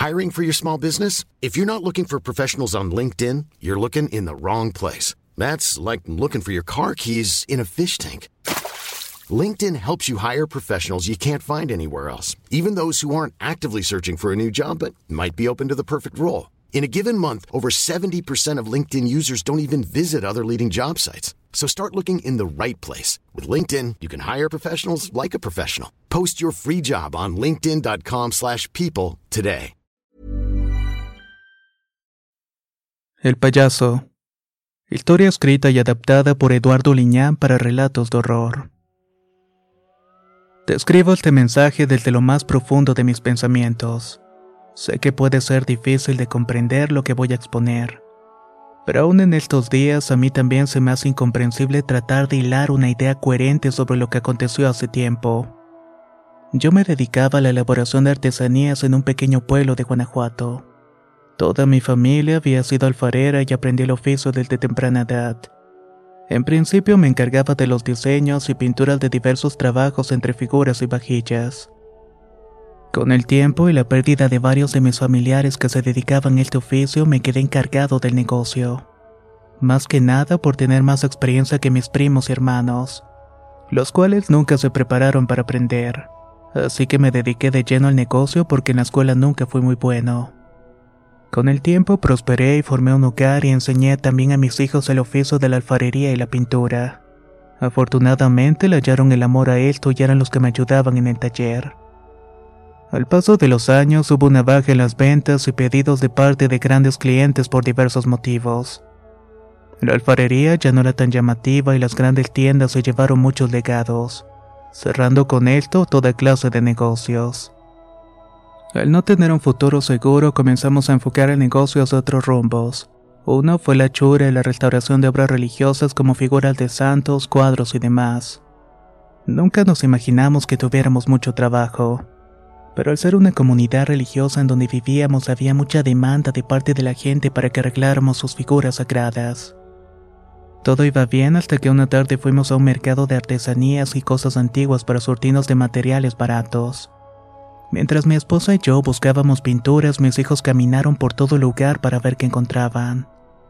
Hiring for your small business? If you're not looking for professionals on LinkedIn, you're looking in the wrong place. That's like looking for your car keys in a fish tank. LinkedIn helps you hire professionals you can't find anywhere else, even those who aren't actively searching for a new job but might be open to the perfect role. In a given month, over 70% of LinkedIn users don't even visit other leading job sites. So start looking in the right place. With LinkedIn, you can hire professionals like a professional. Post your free job on linkedin.com/people today. El payaso. Historia escrita y adaptada por Eduardo Liñán para relatos de horror. Te escribo este mensaje desde lo más profundo de mis pensamientos. Sé que puede ser difícil de comprender lo que voy a exponer, pero aún en estos días a mí también se me hace incomprensible tratar de hilar una idea coherente sobre lo que aconteció hace tiempo. Yo me dedicaba a la elaboración de artesanías en un pequeño pueblo de Guanajuato. Toda mi familia había sido alfarera y aprendí el oficio desde temprana edad. En principio me encargaba de los diseños y pinturas de diversos trabajos entre figuras y vajillas. Con el tiempo y la pérdida de varios de mis familiares que se dedicaban a este oficio, me quedé encargado del negocio. Más que nada por tener más experiencia que mis primos y hermanos, los cuales nunca se prepararon para aprender. Así que me dediqué de lleno al negocio porque en la escuela nunca fui muy bueno. Con el tiempo prosperé y formé un hogar y enseñé también a mis hijos el oficio de la alfarería y la pintura. Afortunadamente le hallaron el amor a esto y eran los que me ayudaban en el taller. Al paso de los años hubo una baja en las ventas y pedidos de parte de grandes clientes por diversos motivos. La alfarería ya no era tan llamativa y las grandes tiendas se llevaron muchos legados, cerrando con esto toda clase de negocios. Al no tener un futuro seguro, comenzamos a enfocar el negocio hacia otros rumbos. Uno fue la hechura y la restauración de obras religiosas como figuras de santos, cuadros y demás. Nunca nos imaginamos que tuviéramos mucho trabajo. Pero al ser una comunidad religiosa en donde vivíamos había mucha demanda de parte de la gente para que arregláramos sus figuras sagradas. Todo iba bien hasta que una tarde fuimos a un mercado de artesanías y cosas antiguas para surtirnos de materiales baratos. Mientras mi esposa y yo buscábamos pinturas, mis hijos caminaron por todo el lugar para ver qué encontraban.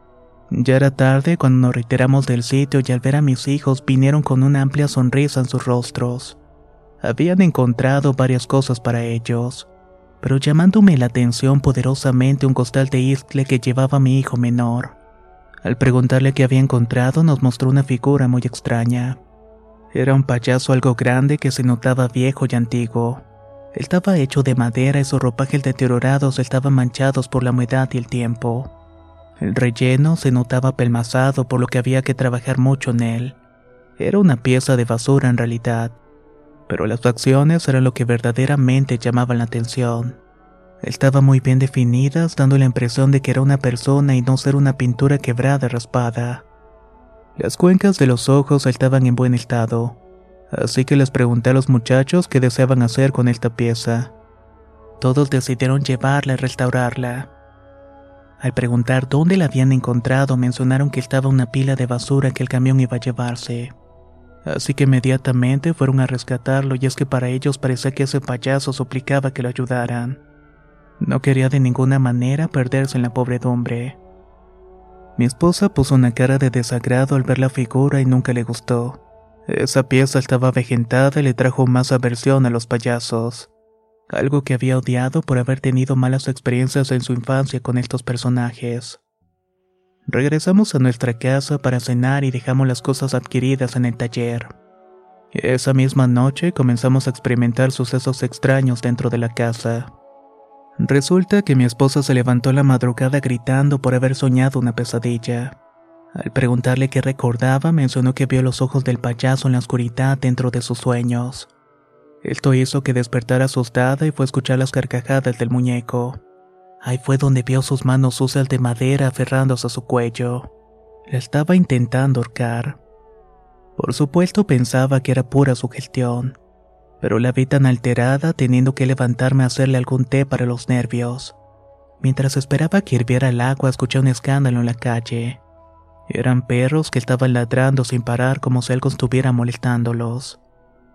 Ya era tarde cuando nos retiramos del sitio y al ver a mis hijos vinieron con una amplia sonrisa en sus rostros. Habían encontrado varias cosas para ellos, pero llamándome la atención poderosamente un costal de iscle que llevaba mi hijo menor. Al preguntarle qué había encontrado, nos mostró una figura muy extraña. Era un payaso algo grande que se notaba viejo y antiguo. Estaba hecho de madera y sus ropajes deteriorados estaban manchados por la humedad y el tiempo. El relleno se notaba pelmazado por lo que había que trabajar mucho en él. Era una pieza de basura en realidad. Pero las facciones eran lo que verdaderamente llamaban la atención. Estaban muy bien definidas, dando la impresión de que era una persona y no ser una pintura quebrada y raspada. Las cuencas de los ojos estaban en buen estado, así que les pregunté a los muchachos qué deseaban hacer con esta pieza. Todos decidieron llevarla y restaurarla. Al preguntar dónde la habían encontrado, mencionaron que estaba una pila de basura que el camión iba a llevarse. Así que inmediatamente fueron a rescatarlo y es que para ellos parecía que ese payaso suplicaba que lo ayudaran. No quería de ninguna manera perderse en la pobredumbre. Mi esposa puso una cara de desagrado al ver la figura y nunca le gustó. Esa pieza estaba avejentada y le trajo más aversión a los payasos, algo que había odiado por haber tenido malas experiencias en su infancia con estos personajes. Regresamos a nuestra casa para cenar y dejamos las cosas adquiridas en el taller. Esa misma noche comenzamos a experimentar sucesos extraños dentro de la casa. Resulta que mi esposa se levantó a la madrugada gritando por haber soñado una pesadilla. Al preguntarle qué recordaba, mencionó que vio los ojos del payaso en la oscuridad dentro de sus sueños. Esto hizo que despertara asustada y fue a escuchar las carcajadas del muñeco. Ahí fue donde vio sus manos sucias de madera aferrándose a su cuello. La estaba intentando ahorcar. Por supuesto pensaba que era pura sugestión, pero la vi tan alterada teniendo que levantarme a hacerle algún té para los nervios. Mientras esperaba que hirviera el agua, escuché un escándalo en la calle. Eran perros que estaban ladrando sin parar como si algo estuviera molestándolos.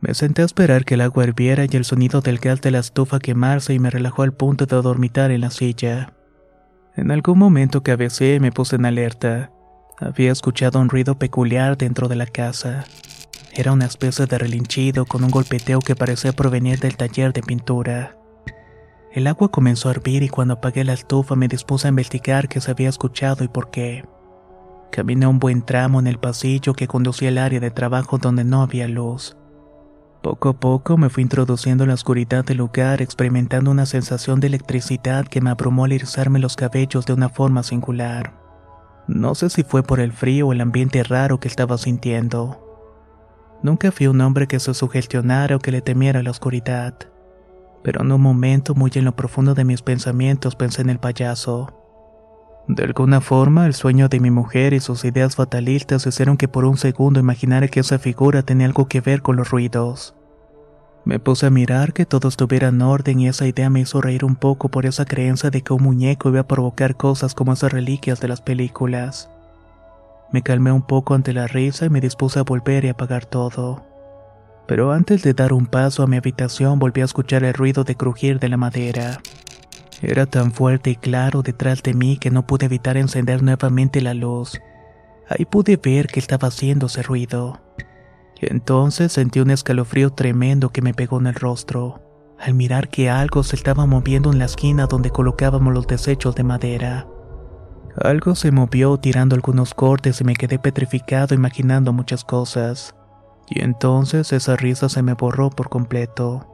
Me senté a esperar que el agua hirviera y el sonido del gas de la estufa quemarse y me relajó al punto de dormitar en la silla. En algún momento cabeceé y me puse en alerta. Había escuchado un ruido peculiar dentro de la casa. Era una especie de relinchido con un golpeteo que parecía provenir del taller de pintura. El agua comenzó a hervir y cuando apagué la estufa me dispuse a investigar qué se había escuchado y por qué. Caminé un buen tramo en el pasillo que conducía al área de trabajo donde no había luz. Poco a poco me fui introduciendo en la oscuridad del lugar, experimentando una sensación de electricidad que me abrumó al erizarme los cabellos de una forma singular. No sé si fue por el frío o el ambiente raro que estaba sintiendo. Nunca fui un hombre que se sugestionara o que le temiera a la oscuridad. Pero en un momento, muy en lo profundo de mis pensamientos, pensé en el payaso. De alguna forma, el sueño de mi mujer y sus ideas fatalistas hicieron que por un segundo imaginara que esa figura tenía algo que ver con los ruidos. Me puse a mirar que todo estuviera en orden y esa idea me hizo reír un poco por esa creencia de que un muñeco iba a provocar cosas como esas reliquias de las películas. Me calmé un poco ante la risa y me dispuse a volver y apagar todo. Pero antes de dar un paso a mi habitación volví a escuchar el ruido de crujir de la madera. Era tan fuerte y claro detrás de mí que no pude evitar encender nuevamente la luz. Ahí pude ver que estaba haciendo ese ruido. Entonces sentí un escalofrío tremendo que me pegó en el rostro, al mirar que algo se estaba moviendo en la esquina donde colocábamos los desechos de madera. Algo se movió tirando algunos cortes y me quedé petrificado imaginando muchas cosas. Y entonces esa risa se me borró por completo.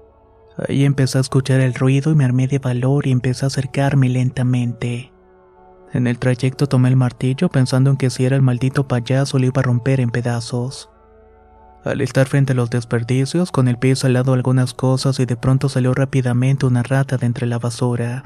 Ahí empecé a escuchar el ruido y me armé de valor y empecé a acercarme lentamente. En el trayecto tomé el martillo pensando en que si era el maldito payaso lo iba a romper en pedazos. Al estar frente a los desperdicios, con el pie al lado algunas cosas y de pronto salió rápidamente una rata de entre la basura.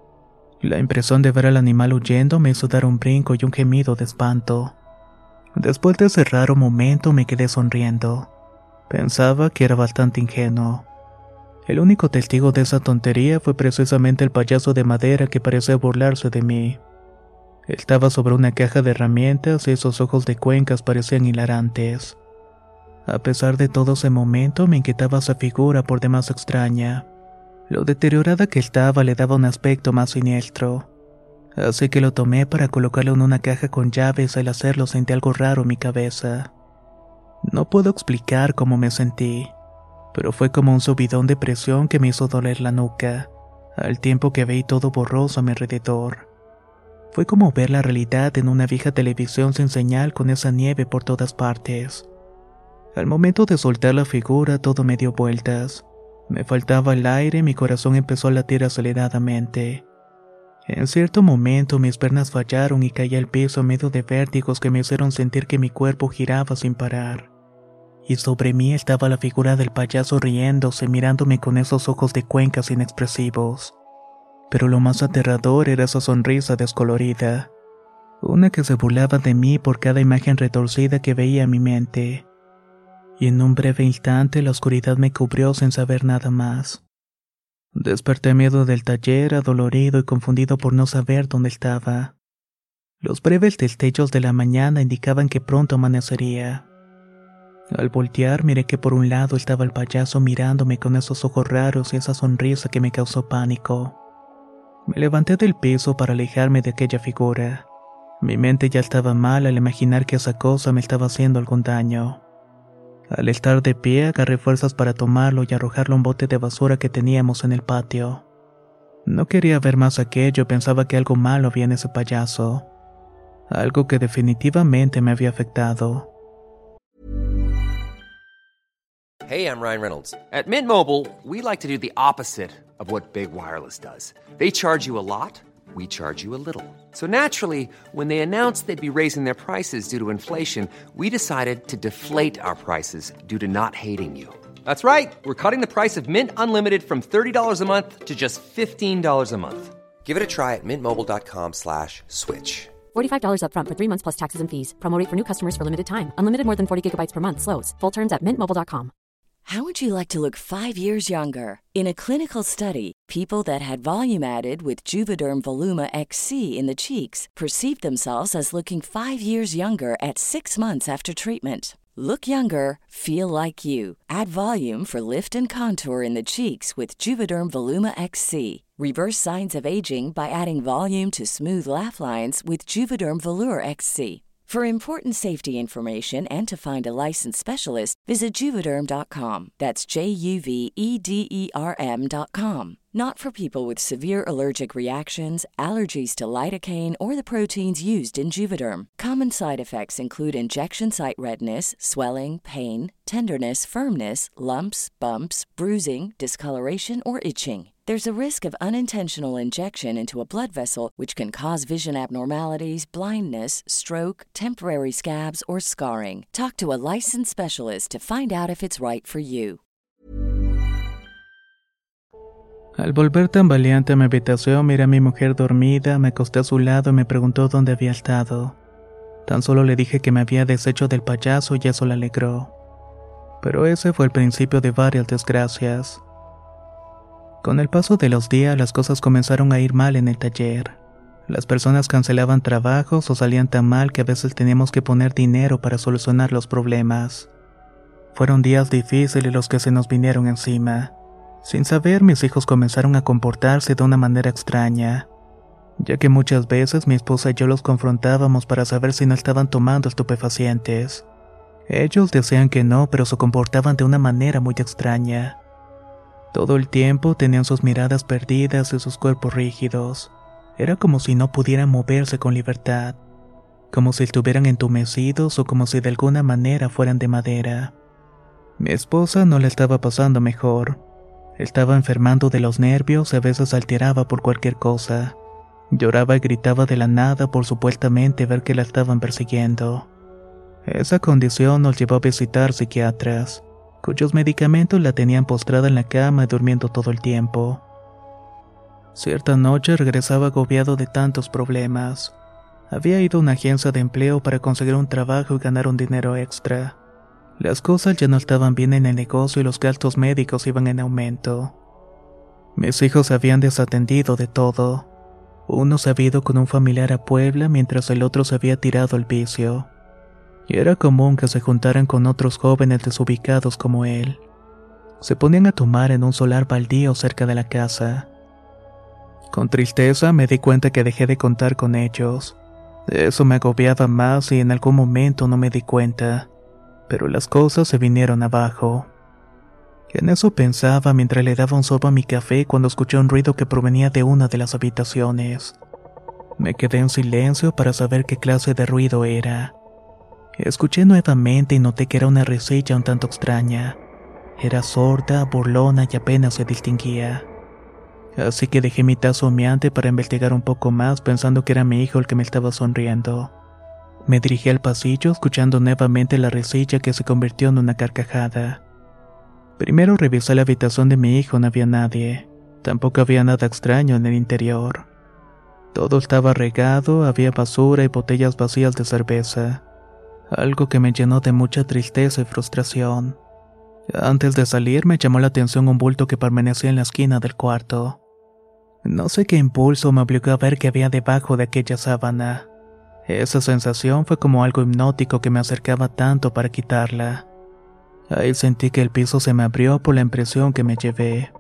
La impresión de ver al animal huyendo me hizo dar un brinco y un gemido de espanto. Después de ese raro momento me quedé sonriendo. Pensaba que era bastante ingenuo. El único testigo de esa tontería fue precisamente el payaso de madera que parecía burlarse de mí. Estaba sobre una caja de herramientas y esos ojos de cuencas parecían hilarantes. A pesar de todo ese momento me inquietaba esa figura por demás extraña. Lo deteriorada que estaba le daba un aspecto más siniestro. Así que lo tomé para colocarlo en una caja con llaves y al hacerlo sentí algo raro en mi cabeza. No puedo explicar cómo me sentí, pero fue como un subidón de presión que me hizo doler la nuca, al tiempo que veí todo borroso a mi alrededor. Fue como ver la realidad en una vieja televisión sin señal con esa nieve por todas partes. Al momento de soltar la figura todo me dio vueltas. Me faltaba el aire y mi corazón empezó a latir aceleradamente. En cierto momento mis piernas fallaron y caí al piso en medio de vértigos que me hicieron sentir que mi cuerpo giraba sin parar. Y sobre mí estaba la figura del payaso riéndose, mirándome con esos ojos de cuencas inexpresivos. Pero lo más aterrador era esa sonrisa descolorida, una que se burlaba de mí por cada imagen retorcida que veía en mi mente. Y en un breve instante la oscuridad me cubrió sin saber nada más. Desperté miedo del taller, adolorido y confundido por no saber dónde estaba. Los breves destellos de la mañana indicaban que pronto amanecería. Al voltear miré que por un lado estaba el payaso mirándome con esos ojos raros y esa sonrisa que me causó pánico. Me levanté del piso para alejarme de aquella figura. Mi mente ya estaba mal al imaginar que esa cosa me estaba haciendo algún daño. Al estar de pie agarré fuerzas para tomarlo y arrojarlo a un bote de basura que teníamos en el patio. No quería ver más aquello, pensaba que algo malo había en ese payaso. Algo que definitivamente me había afectado. Hey, I'm Ryan Reynolds. At Mint Mobile, we like to do the opposite of what Big Wireless does. They charge you a lot, we charge you a little. So naturally, when they announced they'd be raising their prices due to inflation, we decided to deflate our prices due to not hating you. That's right. We're cutting the price of Mint Unlimited from $30 a month to just $15 a month. Give it a try at mintmobile.com/switch. $45 up front for 3 months plus taxes and fees. Promo rate for new customers for limited time. Unlimited more than 40 gigabytes per month slows. Full terms at mintmobile.com. How would you like to look 5 years younger? In a clinical study, people that had volume added with Juvederm Voluma XC in the cheeks perceived themselves as looking 5 years younger at 6 months after treatment. Look younger, feel like you. Add volume for lift and contour in the cheeks with Juvederm Voluma XC. Reverse signs of aging by adding volume to smooth laugh lines with Juvederm Volure XC. For important safety information and to find a licensed specialist, visit Juvederm.com. That's JUVEDERM.com. Not for people with severe allergic reactions, allergies to lidocaine, or the proteins used in Juvederm. Common side effects include injection site redness, swelling, pain, tenderness, firmness, lumps, bumps, bruising, discoloration, or itching. There's a risk of unintentional injection into a blood vessel, which can cause vision abnormalities, blindness, stroke, temporary scabs, or scarring. Talk to a licensed specialist to find out if it's right for you. Al volver tambaleante a mi habitación, miré a mi mujer dormida, me acosté a su lado y me preguntó dónde había estado. Tan solo le dije que me había deshecho del payaso y eso la alegró. Pero ese fue el principio de varias desgracias. Con el paso de los días, las cosas comenzaron a ir mal en el taller. Las personas cancelaban trabajos o salían tan mal que a veces teníamos que poner dinero para solucionar los problemas. Fueron días difíciles los que se nos vinieron encima. Sin saber, mis hijos comenzaron a comportarse de una manera extraña, ya que muchas veces mi esposa y yo los confrontábamos para saber si no estaban tomando estupefacientes. Ellos decían que no, pero se comportaban de una manera muy extraña. Todo el tiempo tenían sus miradas perdidas y sus cuerpos rígidos. Era como si no pudieran moverse con libertad, como si estuvieran entumecidos o como si de alguna manera fueran de madera. Mi esposa no le estaba pasando mejor. Estaba enfermando de los nervios y a veces alteraba por cualquier cosa. Lloraba y gritaba de la nada por supuestamente ver que la estaban persiguiendo. Esa condición nos llevó a visitar psiquiatras, cuyos medicamentos la tenían postrada en la cama y durmiendo todo el tiempo. Cierta noche regresaba agobiado de tantos problemas. Había ido a una agencia de empleo para conseguir un trabajo y ganar un dinero extra. Las cosas ya no estaban bien en el negocio y los gastos médicos iban en aumento. Mis hijos se habían desatendido de todo. Uno se había ido con un familiar a Puebla mientras el otro se había tirado al vicio. Y era común que se juntaran con otros jóvenes desubicados como él. Se ponían a tomar en un solar baldío cerca de la casa. Con tristeza me di cuenta que dejé de contar con ellos. Eso me agobiaba más y en algún momento no me di cuenta, pero las cosas se vinieron abajo. En eso pensaba mientras le daba un sorbo a mi café cuando escuché un ruido que provenía de una de las habitaciones. Me quedé en silencio para saber qué clase de ruido era. Escuché nuevamente y noté que era una risilla un tanto extraña. Era sorda, burlona y apenas se distinguía. Así que dejé mi taza humeante para investigar un poco más pensando que era mi hijo el que me estaba sonriendo. Me dirigí al pasillo escuchando nuevamente la risilla que se convirtió en una carcajada. Primero revisé la habitación de mi hijo, no había nadie. Tampoco había nada extraño en el interior. Todo estaba regado, había basura y botellas vacías de cerveza. Algo que me llenó de mucha tristeza y frustración. Antes de salir me llamó la atención un bulto que permanecía en la esquina del cuarto. No sé qué impulso me obligó a ver qué había debajo de aquella sábana. Esa sensación fue como algo hipnótico que me acercaba tanto para quitarla. Ahí sentí que el piso se me abrió por la impresión que me llevé.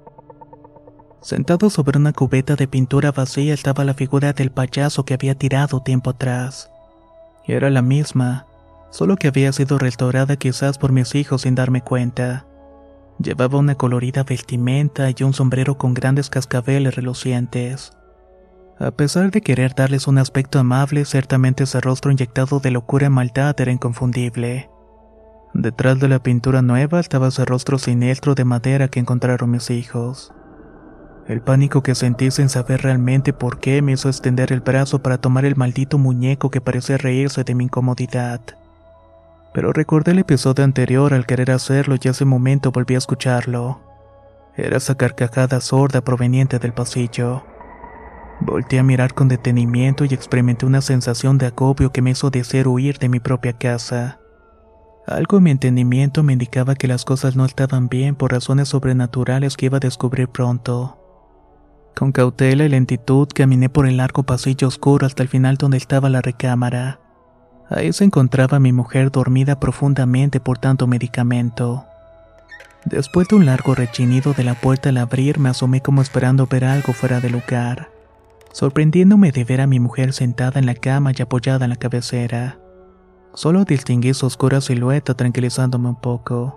Sentado sobre una cubeta de pintura vacía estaba la figura del payaso que había tirado tiempo atrás. Era la misma, solo que había sido restaurada quizás por mis hijos sin darme cuenta. Llevaba una colorida vestimenta y un sombrero con grandes cascabeles relucientes. A pesar de querer darles un aspecto amable, ciertamente ese rostro inyectado de locura y maldad era inconfundible. Detrás de la pintura nueva estaba ese rostro siniestro de madera que encontraron mis hijos. El pánico que sentí sin saber realmente por qué me hizo extender el brazo para tomar el maldito muñeco que parecía reírse de mi incomodidad. Pero recordé el episodio anterior al querer hacerlo y ese momento volví a escucharlo. Era esa carcajada sorda proveniente del pasillo. Volteé a mirar con detenimiento y experimenté una sensación de agobio que me hizo desear huir de mi propia casa. Algo en mi entendimiento me indicaba que las cosas no estaban bien por razones sobrenaturales que iba a descubrir pronto. Con cautela y lentitud caminé por el largo pasillo oscuro hasta el final donde estaba la recámara. Ahí se encontraba mi mujer dormida profundamente por tanto medicamento. Después de un largo rechinido de la puerta al abrir, me asomé como esperando ver algo fuera de lugar, sorprendiéndome de ver a mi mujer sentada en la cama y apoyada en la cabecera. Solo distinguí su oscura silueta tranquilizándome un poco.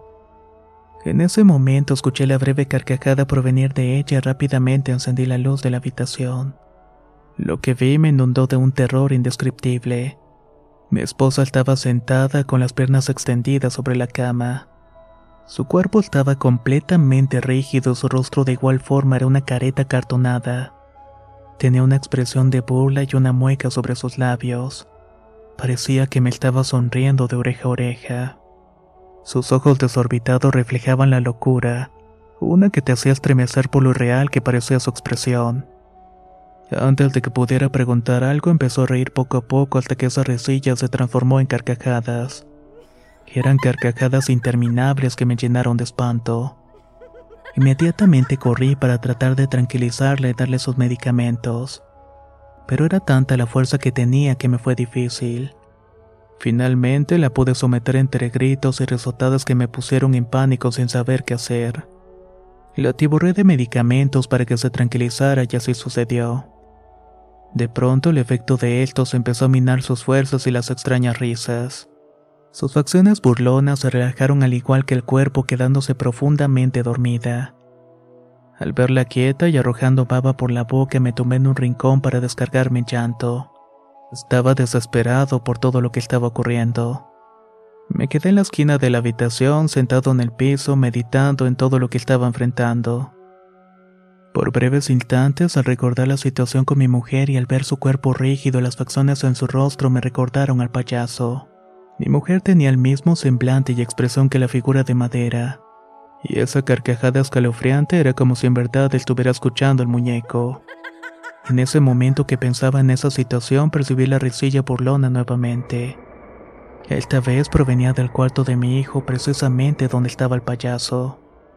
En ese momento escuché la breve carcajada provenir de ella y rápidamente encendí la luz de la habitación. Lo que vi me inundó de un terror indescriptible. Mi esposa estaba sentada con las piernas extendidas sobre la cama. Su cuerpo estaba completamente rígido, su rostro de igual forma era una careta cartonada. Tenía una expresión de burla y una mueca sobre sus labios. Parecía que me estaba sonriendo de oreja a oreja. Sus ojos desorbitados reflejaban la locura, una que te hacía estremecer por lo irreal que parecía su expresión. Antes de que pudiera preguntar algo, empezó a reír poco a poco hasta que esa risilla se transformó en carcajadas. Eran carcajadas interminables que me llenaron de espanto. Inmediatamente corrí para tratar de tranquilizarla y darle sus medicamentos. Pero era tanta la fuerza que tenía que me fue difícil. Finalmente la pude someter entre gritos y risotadas que me pusieron en pánico sin saber qué hacer. La atiborré de medicamentos para que se tranquilizara y así sucedió. De pronto el efecto de estos empezó a minar sus fuerzas y las extrañas risas. Sus facciones burlonas se relajaron al igual que el cuerpo, quedándose profundamente dormida. Al verla quieta y arrojando baba por la boca, me tomé en un rincón para descargar mi llanto. Estaba desesperado por todo lo que estaba ocurriendo. Me quedé en la esquina de la habitación, sentado en el piso, meditando en todo lo que estaba enfrentando. Por breves instantes, al recordar la situación con mi mujer y al ver su cuerpo rígido y las facciones en su rostro, me recordaron al payaso. Mi mujer tenía el mismo semblante y expresión que la figura de madera, y esa carcajada escalofriante era como si en verdad estuviera escuchando al muñeco. En ese momento que pensaba en esa situación, percibí la risilla burlona nuevamente. Esta vez provenía del cuarto de mi hijo, precisamente donde estaba el payaso.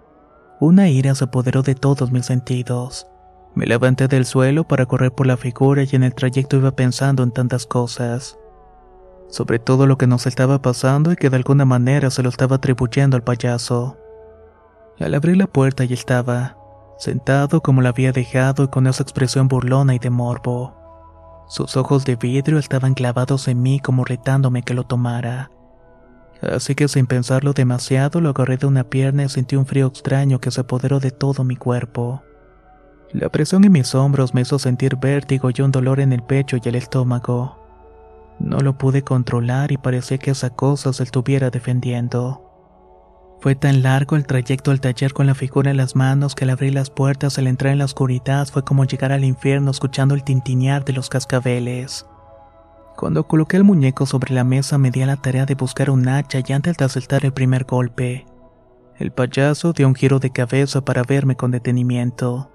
Una ira se apoderó de todos mis sentidos. Me levanté del suelo para correr por la figura y en el trayecto iba pensando en tantas cosas. Sobre todo lo que nos estaba pasando y que de alguna manera se lo estaba atribuyendo al payaso. Al abrir la puerta y estaba, sentado como la había dejado y con esa expresión burlona y de morbo. Sus ojos de vidrio estaban clavados en mí como retándome que lo tomara. Así que sin pensarlo demasiado lo agarré de una pierna y sentí un frío extraño que se apoderó de todo mi cuerpo. La presión en mis hombros me hizo sentir vértigo y un dolor en el pecho y el estómago. No lo pude controlar y parecía que esa cosa se estuviera defendiendo. Fue tan largo el trayecto al taller con la figura en las manos que al abrir las puertas al entrar en la oscuridad fue como llegar al infierno escuchando el tintinear de los cascabeles. Cuando coloqué el muñeco sobre la mesa me di a la tarea de buscar un hacha y antes de acertar el primer golpe, el payaso dio un giro de cabeza para verme con detenimiento.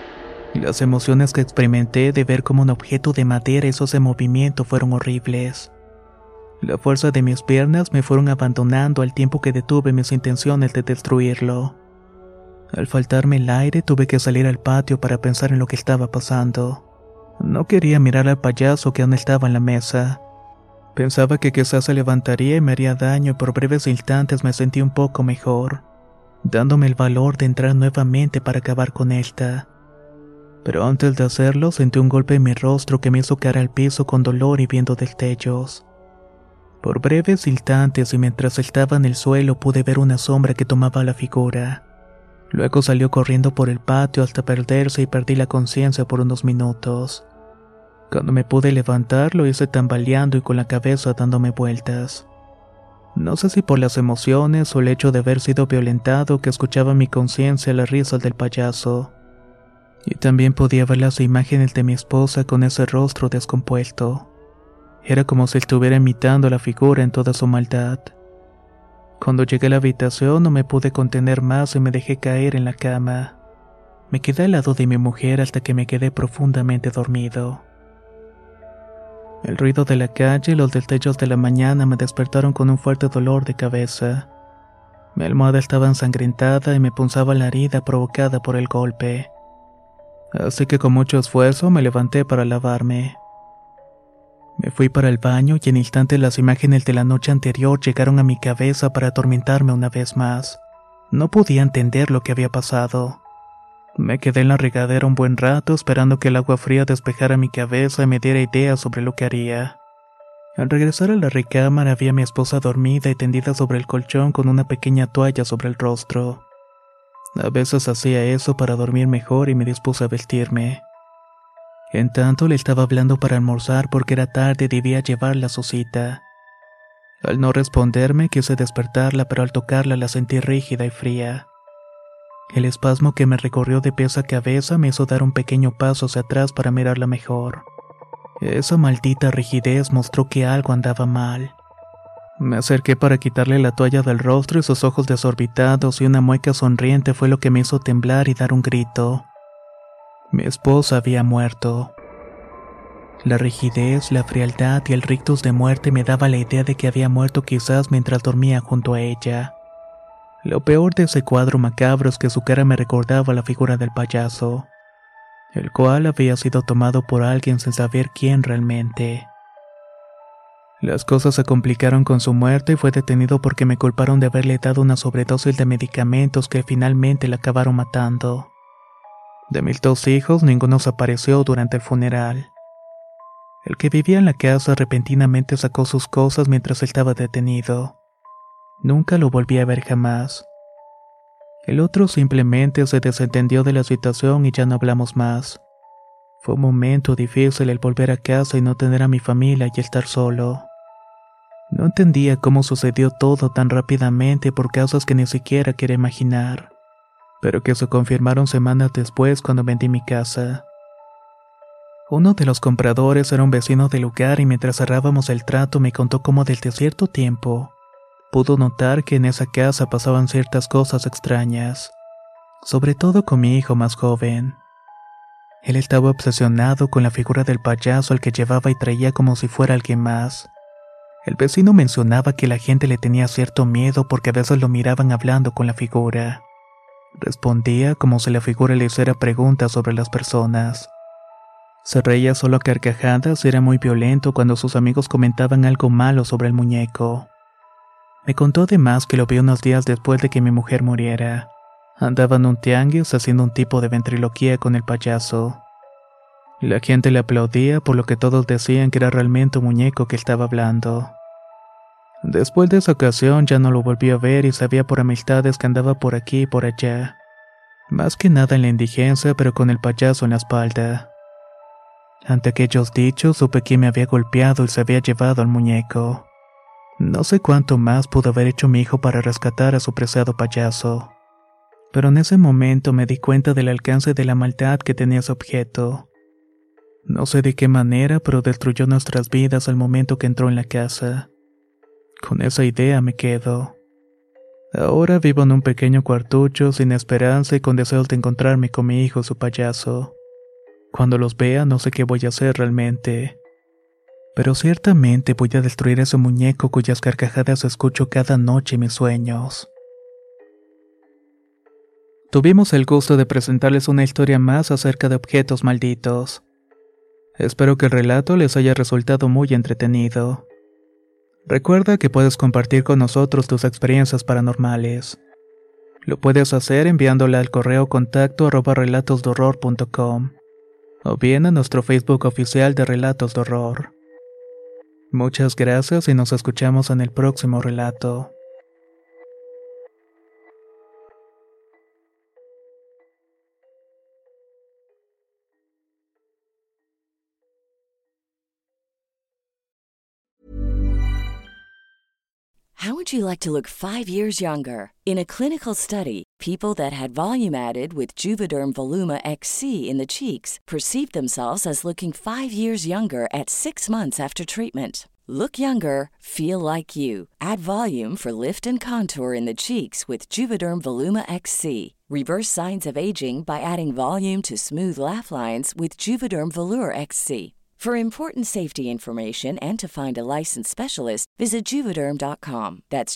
Las emociones que experimenté de ver cómo un objeto de madera hizo ese movimiento fueron horribles. La fuerza de mis piernas me fueron abandonando al tiempo que detuve mis intenciones de destruirlo. Al faltarme el aire tuve que salir al patio para pensar en lo que estaba pasando. No quería mirar al payaso que aún estaba en la mesa. Pensaba que quizás se levantaría y me haría daño y por breves instantes me sentí un poco mejor, dándome el valor de entrar nuevamente para acabar con esta. Pero antes de hacerlo sentí un golpe en mi rostro que me hizo caer al piso con dolor y viendo destellos. Por breves instantes y mientras estaba en el suelo pude ver una sombra que tomaba la figura. Luego salió corriendo por el patio hasta perderse y perdí la conciencia por unos minutos. Cuando me pude levantar lo hice tambaleando y con la cabeza dándome vueltas. No sé si por las emociones o el hecho de haber sido violentado que escuchaba en mi conciencia las risas del payaso. Y también podía ver las imágenes de mi esposa con ese rostro descompuesto. Era como si estuviera imitando a la figura en toda su maldad. Cuando llegué a la habitación no me pude contener más y me dejé caer en la cama. Me quedé al lado de mi mujer hasta que me quedé profundamente dormido. El ruido de la calle y los destellos de la mañana me despertaron con un fuerte dolor de cabeza. Mi almohada estaba ensangrentada y me punzaba la herida provocada por el golpe. Así que con mucho esfuerzo me levanté para lavarme. Me fui para el baño y en instantes las imágenes de la noche anterior llegaron a mi cabeza para atormentarme una vez más. No podía entender lo que había pasado. Me quedé en la regadera un buen rato esperando que el agua fría despejara mi cabeza y me diera ideas sobre lo que haría. Al regresar a la recámara vi a mi esposa dormida y tendida sobre el colchón con una pequeña toalla sobre el rostro. A veces hacía eso para dormir mejor y me dispuse a vestirme. En tanto le estaba hablando para almorzar porque era tarde y debía llevarla a su cita. Al no responderme quise despertarla, pero al tocarla la sentí rígida y fría. El espasmo que me recorrió de pies a cabeza me hizo dar un pequeño paso hacia atrás para mirarla mejor. Esa maldita rigidez mostró que algo andaba mal. Me acerqué para quitarle la toalla del rostro y sus ojos desorbitados y una mueca sonriente fue lo que me hizo temblar y dar un grito. Mi esposa había muerto. La rigidez, la frialdad y el rictus de muerte me daba la idea de que había muerto quizás mientras dormía junto a ella. Lo peor de ese cuadro macabro es que su cara me recordaba la figura del payaso, el cual había sido tomado por alguien sin saber quién realmente. Las cosas se complicaron con su muerte y fue detenido porque me culparon de haberle dado una sobredosis de medicamentos que finalmente la acabaron matando. De mis 2 hijos, ninguno se apareció durante el funeral. El que vivía en la casa repentinamente sacó sus cosas mientras estaba detenido. Nunca lo volví a ver jamás. El otro simplemente se desentendió de la situación y ya no hablamos más. Fue un momento difícil el volver a casa y no tener a mi familia y estar solo. No entendía cómo sucedió todo tan rápidamente por causas que ni siquiera quería imaginar, pero que se confirmaron semanas después cuando vendí mi casa. Uno de los compradores era un vecino del lugar y mientras cerrábamos el trato me contó cómo desde cierto tiempo pudo notar que en esa casa pasaban ciertas cosas extrañas, sobre todo con mi hijo más joven. Él estaba obsesionado con la figura del payaso al que llevaba y traía como si fuera alguien más. El vecino mencionaba que la gente le tenía cierto miedo porque a veces lo miraban hablando con la figura. Respondía como si la figura le hiciera preguntas sobre las personas. Se reía solo a carcajadas y era muy violento cuando sus amigos comentaban algo malo sobre el muñeco. Me contó además que lo vio unos días después de que mi mujer muriera. Andaba en un tianguis haciendo un tipo de ventriloquía con el payaso. La gente le aplaudía por lo que todos decían que era realmente un muñeco que estaba hablando. Después de esa ocasión ya no lo volví a ver y sabía por amistades que andaba por aquí y por allá. Más que nada en la indigencia, pero con el payaso en la espalda. Ante aquellos dichos supe que me había golpeado y se había llevado al muñeco. No sé cuánto más pudo haber hecho mi hijo para rescatar a su preciado payaso. Pero en ese momento me di cuenta del alcance de la maldad que tenía ese objeto. No sé de qué manera, pero destruyó nuestras vidas al momento que entró en la casa. Con esa idea me quedo. Ahora vivo en un pequeño cuartucho sin esperanza y con deseos de encontrarme con mi hijo y su payaso. Cuando los vea no sé qué voy a hacer realmente. Pero ciertamente voy a destruir ese muñeco cuyas carcajadas escucho cada noche en mis sueños. Tuvimos el gusto de presentarles una historia más acerca de objetos malditos. Espero que el relato les haya resultado muy entretenido. Recuerda que puedes compartir con nosotros tus experiencias paranormales. Lo puedes hacer enviándola al correo contacto@relatosdehorror.com o bien a nuestro Facebook oficial de Relatos de Horror. Muchas gracias y nos escuchamos en el próximo relato. How would you like to look 5 years younger? In a clinical study, people that had volume added with Juvederm Voluma XC in the cheeks perceived themselves as looking 5 years younger at 6 months after treatment. Look younger, feel like you. Add volume for lift and contour in the cheeks with Juvederm Voluma XC. Reverse signs of aging by adding volume to smooth laugh lines with Juvederm Volure XC. For important safety information and to find a licensed specialist, visit Juvederm.com. That's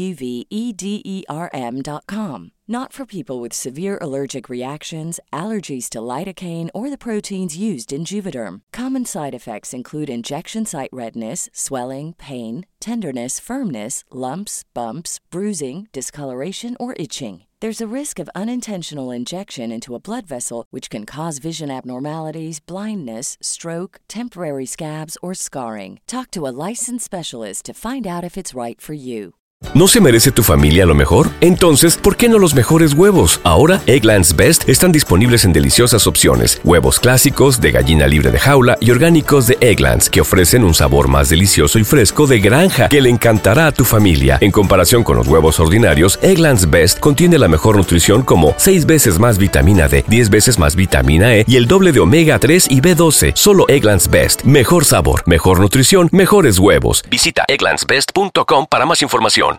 JUVEDERM.com. Not for people with severe allergic reactions, allergies to lidocaine, or the proteins used in Juvederm. Common side effects include injection site redness, swelling, pain, tenderness, firmness, lumps, bumps, bruising, discoloration, or itching. There's a risk of unintentional injection into a blood vessel, which can cause vision abnormalities, blindness, stroke, temporary scabs, or scarring. Talk to a licensed specialist to find out if it's right for you. ¿No se merece tu familia lo mejor? Entonces, ¿por qué no los mejores huevos? Ahora, Eggland's Best están disponibles en deliciosas opciones. Huevos clásicos, de gallina libre de jaula y orgánicos de Eggland's, que ofrecen un sabor más delicioso y fresco de granja que le encantará a tu familia. En comparación con los huevos ordinarios, Eggland's Best contiene la mejor nutrición como 6 veces más vitamina D, 10 veces más vitamina E y el doble de omega 3 y B12. Solo Eggland's Best. Mejor sabor, mejor nutrición, mejores huevos. Visita egglandsbest.com para más información.